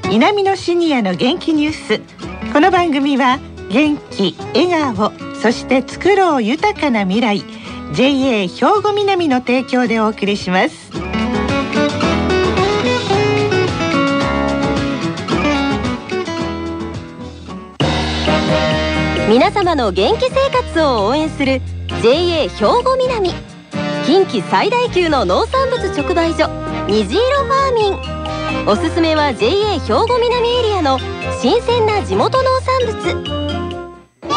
南のシニアの元気ニュース。この番組は元気、笑顔、そして作ろう豊かな未来、 JA 兵庫南の提供でお送りします。 皆様の元気生活を応援する JA 兵庫南、近畿最大級の農産物直売所虹色ファーミン。おすすめは JA 兵庫南エリアの新鮮な地元農産物。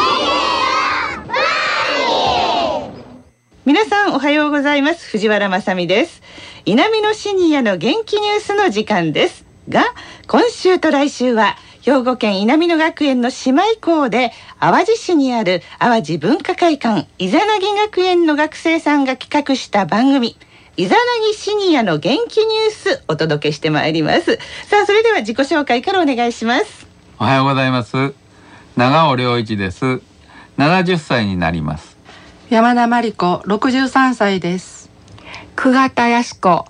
皆さんおはようございます。藤原まさみです。南のシニアの元気ニュースの時間ですが、今週と来週は兵庫県稲美野学園の姉妹校で淡路市にある淡路文化会館イザナギ学園の学生さんが企画した番組、イザナギシニアの元気ニュースお届けしてまいります。さあ、それでは自己紹介からお願いします。 おはようございます。長尾良一です。70歳になります。 山田真理子63歳です。 久方靖子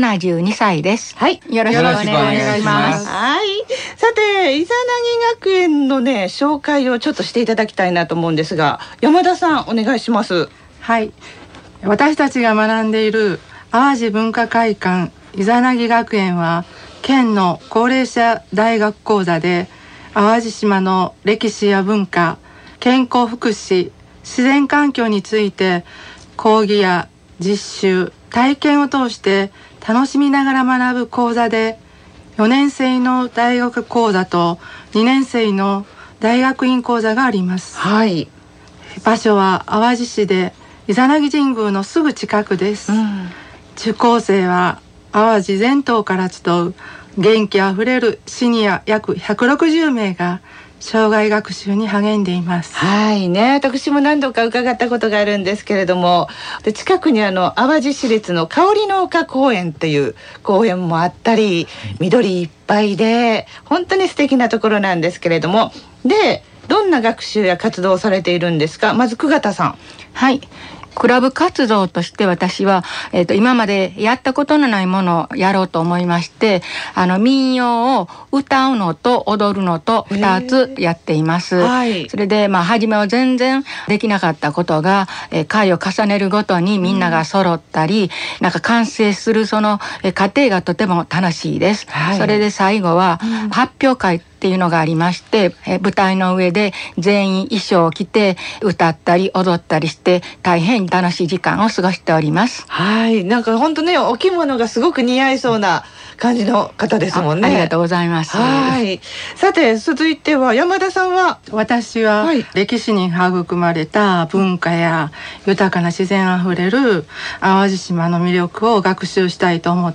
72歳です。 はい、 よろしくお願いします。 はい、さてイザナギ学園のね紹介をちょっとしていただきたいなと思うんですが、山田さんお願いします。 はい、私たちが学んでいる淡路文化会館イザナギ学園は県の高齢者大学講座で淡路島の歴史や文化、健康福祉、自然環境について講義や実習、体験を通して楽しみながら学ぶ講座で、4年生の大学講座と2年生の大学院講座があります。 はい、 場所は淡路市でイザナギ神宮のすぐ近くです。受講生は淡路全島から集う元気あふれるシニア約160名が生涯学習に励んでいます。 はいね、私も何度か伺ったことがあるんですけれども、で近くに淡路市立の香り農家公園という公園もあったり、緑いっぱいで本当に素敵なところなんですけれども、でどんな学習や活動をされているんですか。まず久方さん。 はい、クラブ活動として私は、今までやったことのないものをやろうと思いまして、民謡を歌うのと踊るのと2つやっています。はい、それで初めは全然できなかったことが、回を重ねるごとにみんなが揃ったり、なんか完成するその過程がとても楽しいです。はい、それで最後は発表会っていうのがありまして、舞台の上で全員衣装を着て歌ったり踊ったりして大変楽しい時間を過ごしております。 はい、なんか本当ね、お着物がすごく似合いそうな感じの方ですもんね。 ありがとうございます。 はい、さて続いては山田さんは。 私は歴史に育まれた文化や豊かな自然あふれる淡路島の魅力を学習したいと思って、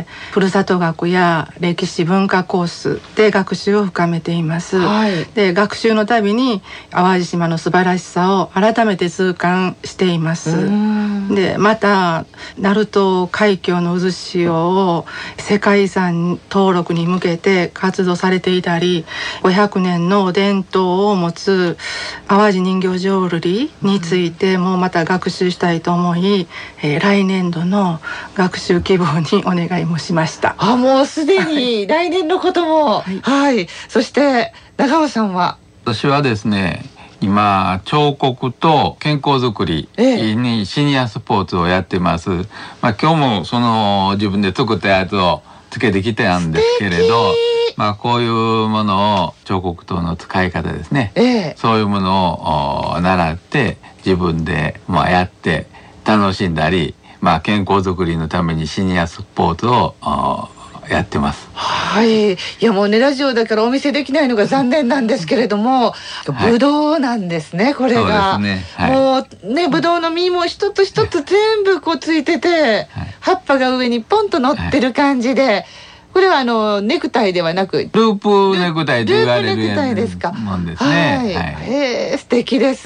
ふるさと学や歴史文化コースで学習を深めています。はい、で学習のたびに淡路島の素晴らしさを改めて痛感しています。でまた鳴門海峡の渦潮を世界遺産登録に向けて活動されていたり、500年の伝統を持つ淡路人形浄瑠璃についてもまた学習したいと思い、来年度の学習希望にお願いもしました。 もうすでに来年のこともはい、はい、そして長尾さんは。 私はですね、今彫刻と健康づくりにシニアスポーツをやってます。今日もその自分で作ったやつをつけてきたんですけれど、こういうものを彫刻刀の使い方ですね、そういうものを習って自分でやって楽しんだり、健康づくりのためにシニアスポーツをやってます。 はい、いやもうねラジオだからお見せできないのが残念なんですけれども、ブドウなんですね、これが。そうですね、はい、もうねブドウの実も一つ一つ全部こうついてて、葉っぱが上にポンと乗ってる感じで、これはネクタイではなくループネクタイと言われるやつもんですね。 はい、素敵です。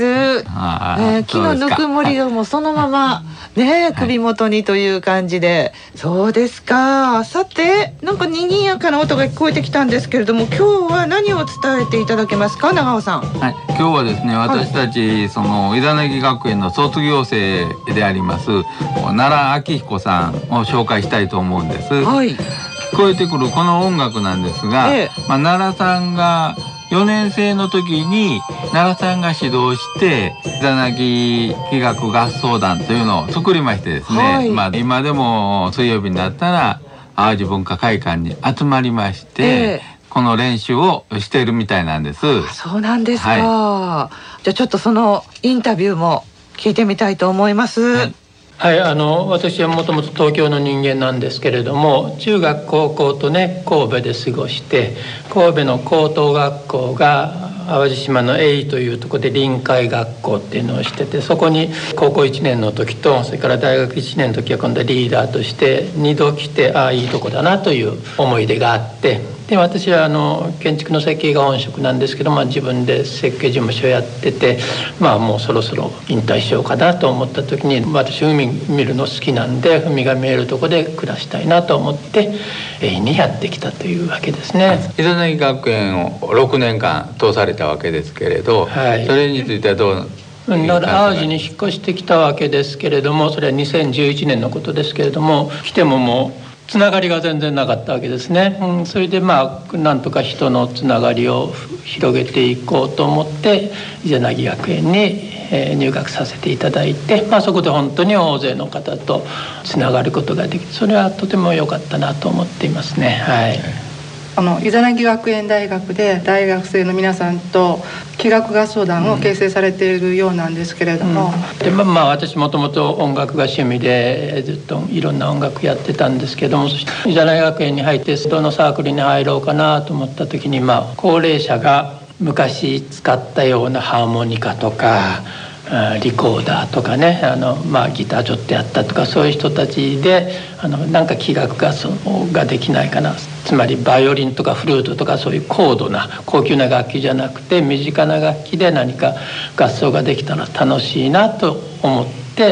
木のぬくもりがもうそのままね首元にという感じで。そうですか。さてなんか賑やかな音が聞こえてきたんですけれども、今日は何を伝えていただけますか、長尾さん。 はい、今日はですね、私たちそのイザナギ学園の卒業生であります奈良明彦さんを紹介したいと思うんです。はい。 聞こえてくるこの音楽なんですが、奈良さんが4年生の時に奈良さんが指導してイザナギ器楽合奏団というのを作りましてですね、今でも水曜日になったら淡路文化会館に集まりまして、この練習をしているみたいなんです。 そうなんですか。じゃあちょっとそのインタビューも聞いてみたいと思います。 私はもともと東京の人間なんですけれども、中学高校とね神戸で過ごして、神戸の高等学校が淡路島の永井というところで臨海学校っていうのをしてて、そこに高校1年の時とそれから大学1年の時は今度はリーダーとして2度来て、いいとこだなという思い出があって、で私は建築の設計が本職なんですけど、自分で設計事務所やってて、もうそろそろ引退しようかなと思った時に、私海見るの好きなんで、海が見えるところで暮らしたいなと思って永遠にやってきたというわけですね。 イザナギ学園を6年間通されたわけですけれど、それについてはどう淡路に引っ越してきたわけですけれども、それは2011年のことですけれども、来てももうつながりが全然なかったわけですね。それでなんとか人のつながりを広げていこうと思ってイザナギ学園に入学させていただいて、そこで本当に大勢の方とつながることができて、それはとても良かったなと思っていますね。 イザナギ学園大学で大学生の皆さんと器楽合奏団を形成されているようなんですけれども、 で私もともと音楽が趣味でずっといろんな音楽やってたんですけども、イザナギ学園に入ってどのサークルに入ろうかなと思った時に、高齢者が昔使ったようなハーモニカとかリコーダーとかね、ギターちょっとやったとか、そういう人たちでなんか器楽合奏ができないかな、つまりバイオリンとかフルートとかそういう高度な高級な楽器じゃなくて身近な楽器で何か合奏ができたら楽しいなと思って、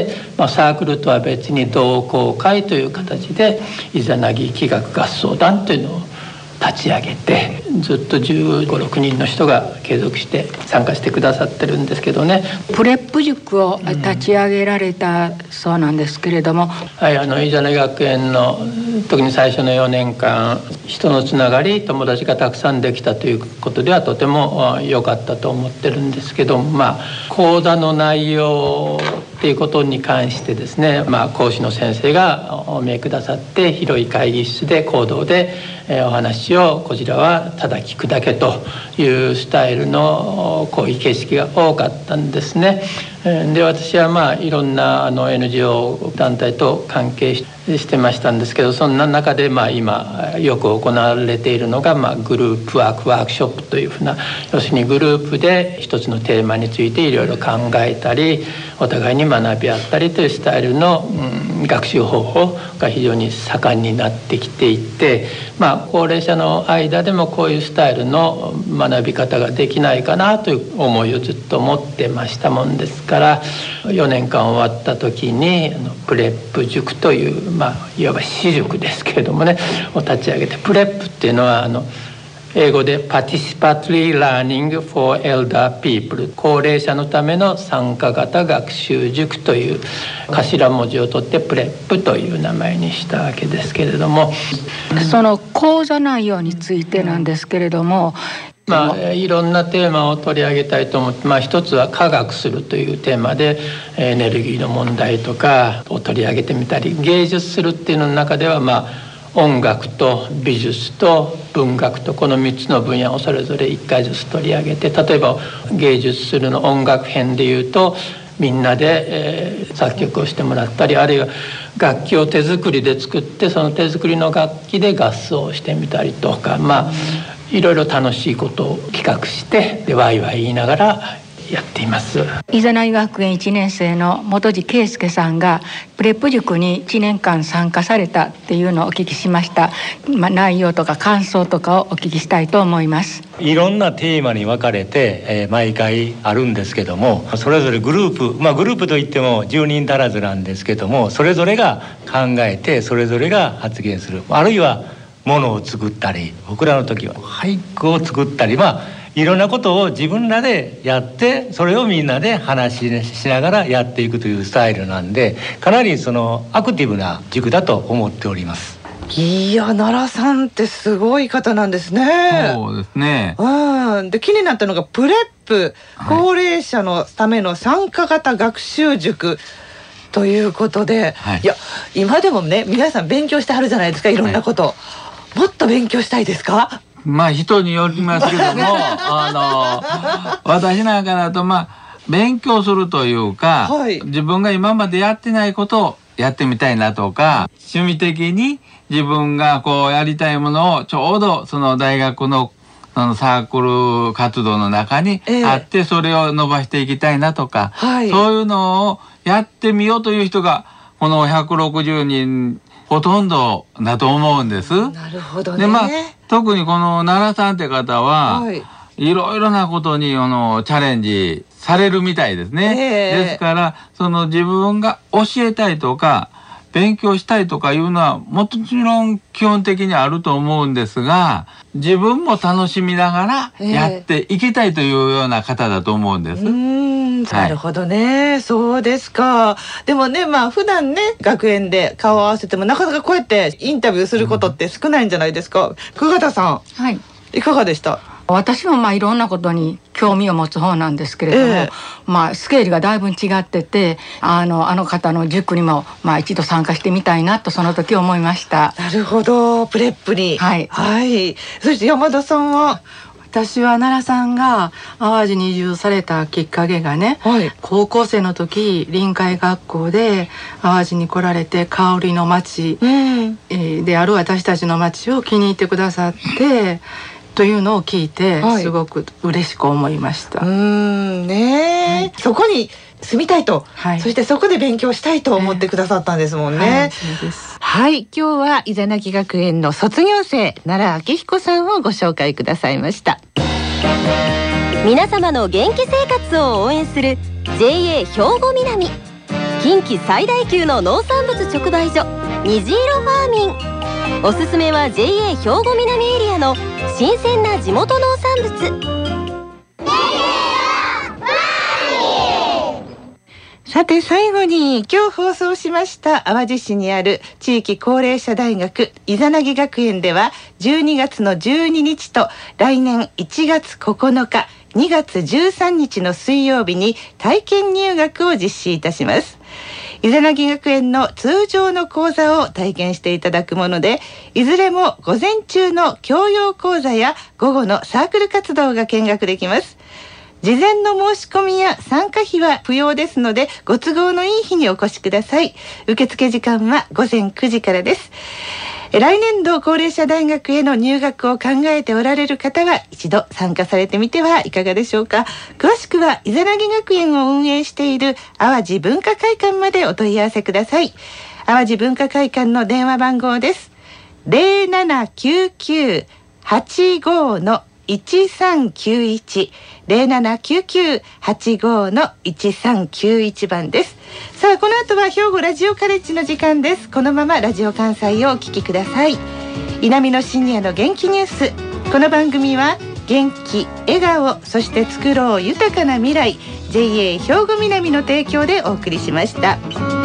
サークルとは別に同好会という形でイザナギ器楽合奏団というのを立ち上げて、ずっと15、6人の人が継続して参加してくださってるんですけどね。 プレップ塾を立ち上げられたそうなんですけれども、 イザナギ学園の特に最初の4年間、人のつながり、友達がたくさんできたということではとても良かったと思ってるんですけど、講座の内容っていうことに関してですね、講師の先生がお見えくださって、広い会議室で講堂でお話をこちらはただ聞くだけというスタイルのこういう形式が多かったんですね。で私はいろんなNGO 団体と関係してましたんですけど、そんな中で今よく行われているのがグループワークショップというふうな、要するにグループで一つのテーマについていろいろ考えたりお互いに学び合ったりというスタイルの、学習方法が非常に盛んになってきていて、高齢者の間でもこういうスタイルの学び方ができないかなという思いをずっと持ってましたもんですから、4年間終わった時にプレップ塾という、いわば私塾ですけれどもねを立ち上げて、プレップっていうのは英語で Participatory Learning for Elder People、 高齢者のための参加型学習塾という頭文字を取ってプレップという名前にしたわけですけれども、 その講座内容についてなんですけれども、 いろんなテーマを取り上げたいと思って、一つは科学するというテーマでエネルギーの問題とかを取り上げてみたり、芸術するっていうのの中では音楽と美術と文学とこの3つの分野をそれぞれ1回ずつ取り上げて、例えば芸術するの音楽編でいうとみんなで、作曲をしてもらったり、あるいは楽器を手作りで作ってその手作りの楽器で合奏をしてみたりとか、いろいろ楽しいことを企画してでワイワイ言いながらやっています。 イザナギ学園1年生の本地圭介さんがプレップ塾に1年間参加されたっていうのをお聞きしました。内容とか感想とかをお聞きしたいと思います。 いろんなテーマに分かれて、毎回あるんですけども、それぞれグループ、グループといっても10人足らずなんですけども、それぞれが考えてそれぞれが発言する、あるいはものを作ったり、僕らの時は俳句を作ったり、いろんなことを自分らでやって、それをみんなで話しながらやっていくというスタイルなんで、かなりアクティブな塾だと思っております。 いや、奈良さんってすごい方なんですね。 そうですね。 で気になったのがプレップ、高齢者のための参加型学習塾ということで、いや今でもね皆さん勉強してはるじゃないですか、いろんなこと、もっと勉強したいですか？ まあ人によりますけども私なんかだと勉強するというか、自分が今までやってないことをやってみたいなとか、趣味的に自分がこうやりたいものをちょうどその大学のそのサークル活動の中にあって、それを伸ばしていきたいなとか、そういうのをやってみようという人がこの160人ほとんどだと思うんです。 なるほどね。 で特にこの奈良さんって方は、いろいろなことにチャレンジされるみたいですね。ですからその自分が教えたいとか勉強したいとかいうのはもちろん基本的にあると思うんですが、自分も楽しみながらやっていきたいというような方だと思うんです。 なるほどね、そうですか。でもね、普段ね学園で顔を合わせてもなかなかこうやってインタビューすることって少ないんじゃないですか。久方さん、いかがでした？ 私もいろんなことに興味を持つ方なんですけれども、スケールがだいぶ違ってて、あの方の塾にも一度参加してみたいなとその時思いました。 なるほど、プレップに。そして山田さんは？ 私は奈良さんが淡路に移住されたきっかけがね、高校生の時臨海学校で淡路に来られて、香りの町、である私たちの町を気に入ってくださってというのを聞いて、すごく嬉しく思いました。 そこに住みたいと、そしてそこで勉強したいと思ってくださったんですもんね。今日は伊弉諾学園の卒業生奈良明彦さんをご紹介くださいました。 皆様の元気生活を応援する JA 兵庫南、近畿最大級の農産物直売所虹色ファーミン。おすすめは JA 兵庫南エリアの新鮮な地元農産物。 さて最後に今日放送しました淡路市にある地域高齢者大学伊弉諾学園では12月の12日と来年1月9日2月13日の水曜日に体験入学を実施いたします。伊弉諾学園の通常の講座を体験していただくもので、いずれも午前中の教養講座や午後のサークル活動が見学できます。事前の申し込みや参加費は不要ですので、ご都合のいい日にお越しください。受付時間は午前9時からです。来年度高齢者大学への入学を考えておられる方は一度参加されてみてはいかがでしょうか。詳しくは伊弉諾学園を運営している淡路文化会館までお問い合わせください。淡路文化会館の電話番号です。 0799-85-1391 0799-85-1391番です。さあこの後は兵庫ラジオカレッジの時間です。このままラジオ関西をお聞きください。稲美のシニアの元気ニュース。この番組は元気、笑顔、そして作ろう豊かな未来 JA 兵庫南の提供でお送りしました。